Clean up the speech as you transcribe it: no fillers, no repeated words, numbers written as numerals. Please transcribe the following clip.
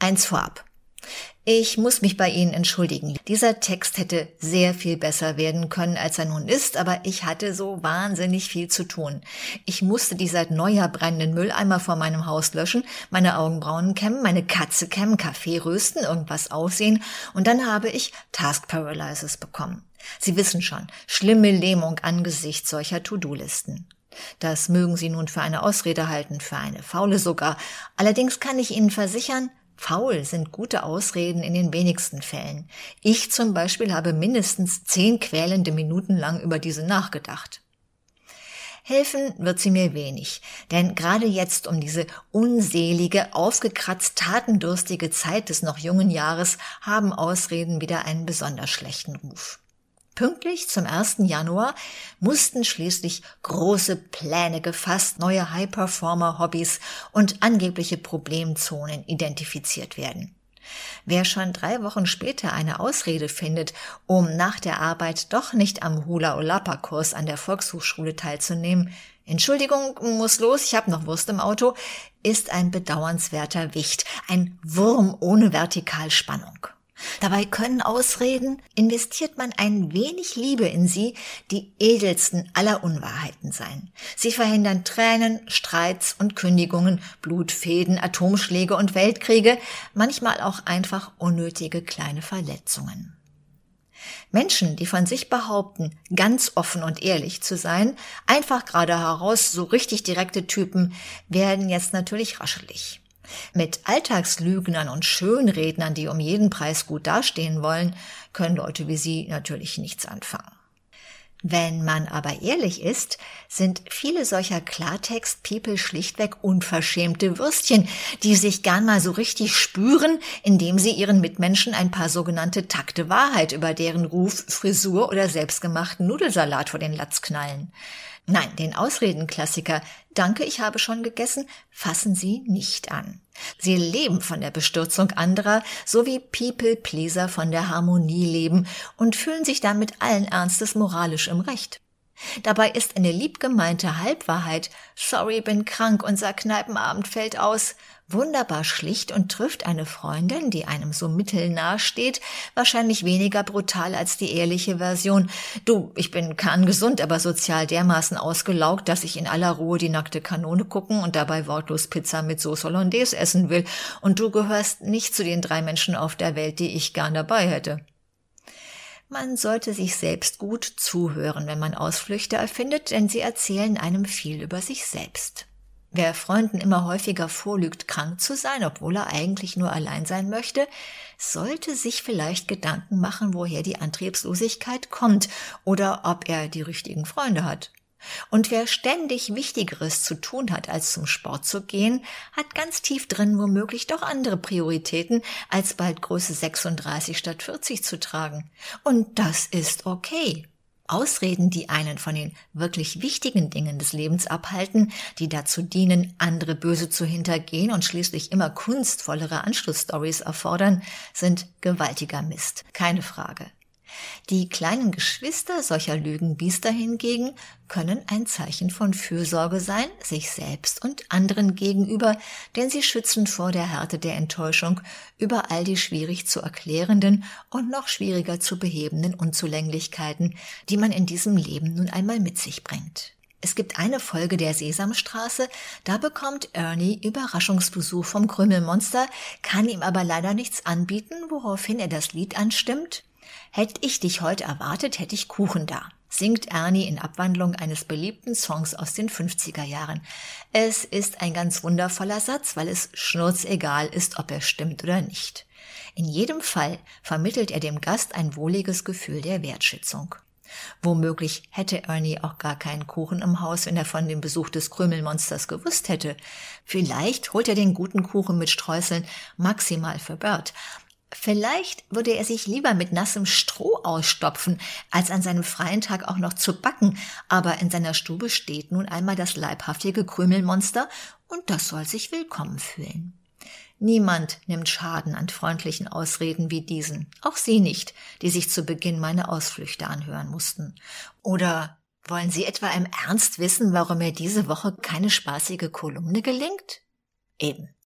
Eins vorab. Ich muss mich bei Ihnen entschuldigen. Dieser Text hätte sehr viel besser werden können, als er nun ist, aber ich hatte so wahnsinnig viel zu tun. Ich musste die seit Neujahr brennenden Mülleimer vor meinem Haus löschen, meine Augenbrauen kämmen, meine Katze kämmen, Kaffee rösten, irgendwas aussehen und dann habe ich Task Paralysis bekommen. Sie wissen schon, schlimme Lähmung angesichts solcher To-Do-Listen. Das mögen Sie nun für eine Ausrede halten, für eine faule sogar. Allerdings kann ich Ihnen versichern, faul sind gute Ausreden in den wenigsten Fällen. Ich zum Beispiel habe mindestens 10 quälende Minuten lang über diese nachgedacht. Helfen wird sie mir wenig, denn gerade jetzt um diese unselige, aufgekratzt tatendurstige Zeit des noch jungen Jahres haben Ausreden wieder einen besonders schlechten Ruf. Pünktlich zum 1. Januar mussten schließlich große Pläne gefasst, neue High-Performer-Hobbys und angebliche Problemzonen identifiziert werden. Wer schon 3 Wochen später eine Ausrede findet, um nach der Arbeit doch nicht am Hula-Olapa-Kurs an der Volkshochschule teilzunehmen, Entschuldigung, muss los, ich habe noch Wurst im Auto, ist ein bedauernswerter Wicht, ein Wurm ohne Vertikalspannung. Dabei können Ausreden, investiert man ein wenig Liebe in sie, die edelsten aller Unwahrheiten sein. Sie verhindern Tränen, Streits und Kündigungen, Blutfäden, Atomschläge und Weltkriege, manchmal auch einfach unnötige kleine Verletzungen. Menschen, die von sich behaupten, ganz offen und ehrlich zu sein, einfach gerade heraus so richtig direkte Typen, werden jetzt natürlich raschelig. Mit Alltagslügnern und Schönrednern, die um jeden Preis gut dastehen wollen, können Leute wie Sie natürlich nichts anfangen. Wenn man aber ehrlich ist, sind viele solcher Klartext-People schlichtweg unverschämte Würstchen, die sich gern mal so richtig spüren, indem sie ihren Mitmenschen ein paar sogenannte Takte Wahrheit über deren Ruf, Frisur oder selbstgemachten Nudelsalat vor den Latz knallen. Nein, den Ausredenklassiker „Danke, ich habe schon gegessen" fassen Sie nicht an. Sie leben von der Bestürzung anderer, so wie People-Pleaser von der Harmonie leben und fühlen sich damit allen Ernstes moralisch im Recht. Dabei ist eine liebgemeinte Halbwahrheit „Sorry, bin krank, unser Kneipenabend fällt aus" wunderbar schlicht und trifft eine Freundin, die einem so mittelnah steht, wahrscheinlich weniger brutal als die ehrliche Version „Du, ich bin kerngesund, aber sozial dermaßen ausgelaugt, dass ich in aller Ruhe die nackte Kanone gucken und dabei wortlos Pizza mit Sauce Hollandaise essen will und du gehörst nicht zu den 3 Menschen auf der Welt, die ich gern dabei hätte." Man sollte sich selbst gut zuhören, wenn man Ausflüchte erfindet, denn sie erzählen einem viel über sich selbst. Wer Freunden immer häufiger vorlügt, krank zu sein, obwohl er eigentlich nur allein sein möchte, sollte sich vielleicht Gedanken machen, woher die Antriebslosigkeit kommt oder ob er die richtigen Freunde hat. Und wer ständig Wichtigeres zu tun hat, als zum Sport zu gehen, hat ganz tief drin womöglich doch andere Prioritäten, als bald Größe 36 statt 40 zu tragen. Und das ist okay. Ausreden, die einen von den wirklich wichtigen Dingen des Lebens abhalten, die dazu dienen, andere böse zu hintergehen und schließlich immer kunstvollere Anschlussstories erfordern, sind gewaltiger Mist, keine Frage. Die kleinen Geschwister solcher Lügenbiester hingegen können ein Zeichen von Fürsorge sein, sich selbst und anderen gegenüber, denn sie schützen vor der Härte der Enttäuschung über all die schwierig zu erklärenden und noch schwieriger zu behebenden Unzulänglichkeiten, die man in diesem Leben nun einmal mit sich bringt. Es gibt eine Folge der Sesamstraße, da bekommt Ernie Überraschungsbesuch vom Krümelmonster, kann ihm aber leider nichts anbieten, woraufhin er das Lied anstimmt: „Hätt ich dich heute erwartet, hätt ich Kuchen da", singt Ernie in Abwandlung eines beliebten Songs aus den 50er Jahren. Es ist ein ganz wundervoller Satz, weil es schnurzegal ist, ob er stimmt oder nicht. In jedem Fall vermittelt er dem Gast ein wohliges Gefühl der Wertschätzung. Womöglich hätte Ernie auch gar keinen Kuchen im Haus, wenn er von dem Besuch des Krümelmonsters gewusst hätte. Vielleicht holt er den guten Kuchen mit Streuseln maximal für Bert. Vielleicht würde er sich lieber mit nassem Stroh ausstopfen, als an seinem freien Tag auch noch zu backen, aber in seiner Stube steht nun einmal das leibhaftige Krümelmonster und das soll sich willkommen fühlen. Niemand nimmt Schaden an freundlichen Ausreden wie diesen, auch Sie nicht, die sich zu Beginn meine Ausflüchte anhören mussten. Oder wollen Sie etwa im Ernst wissen, warum mir diese Woche keine spaßige Kolumne gelingt? Eben.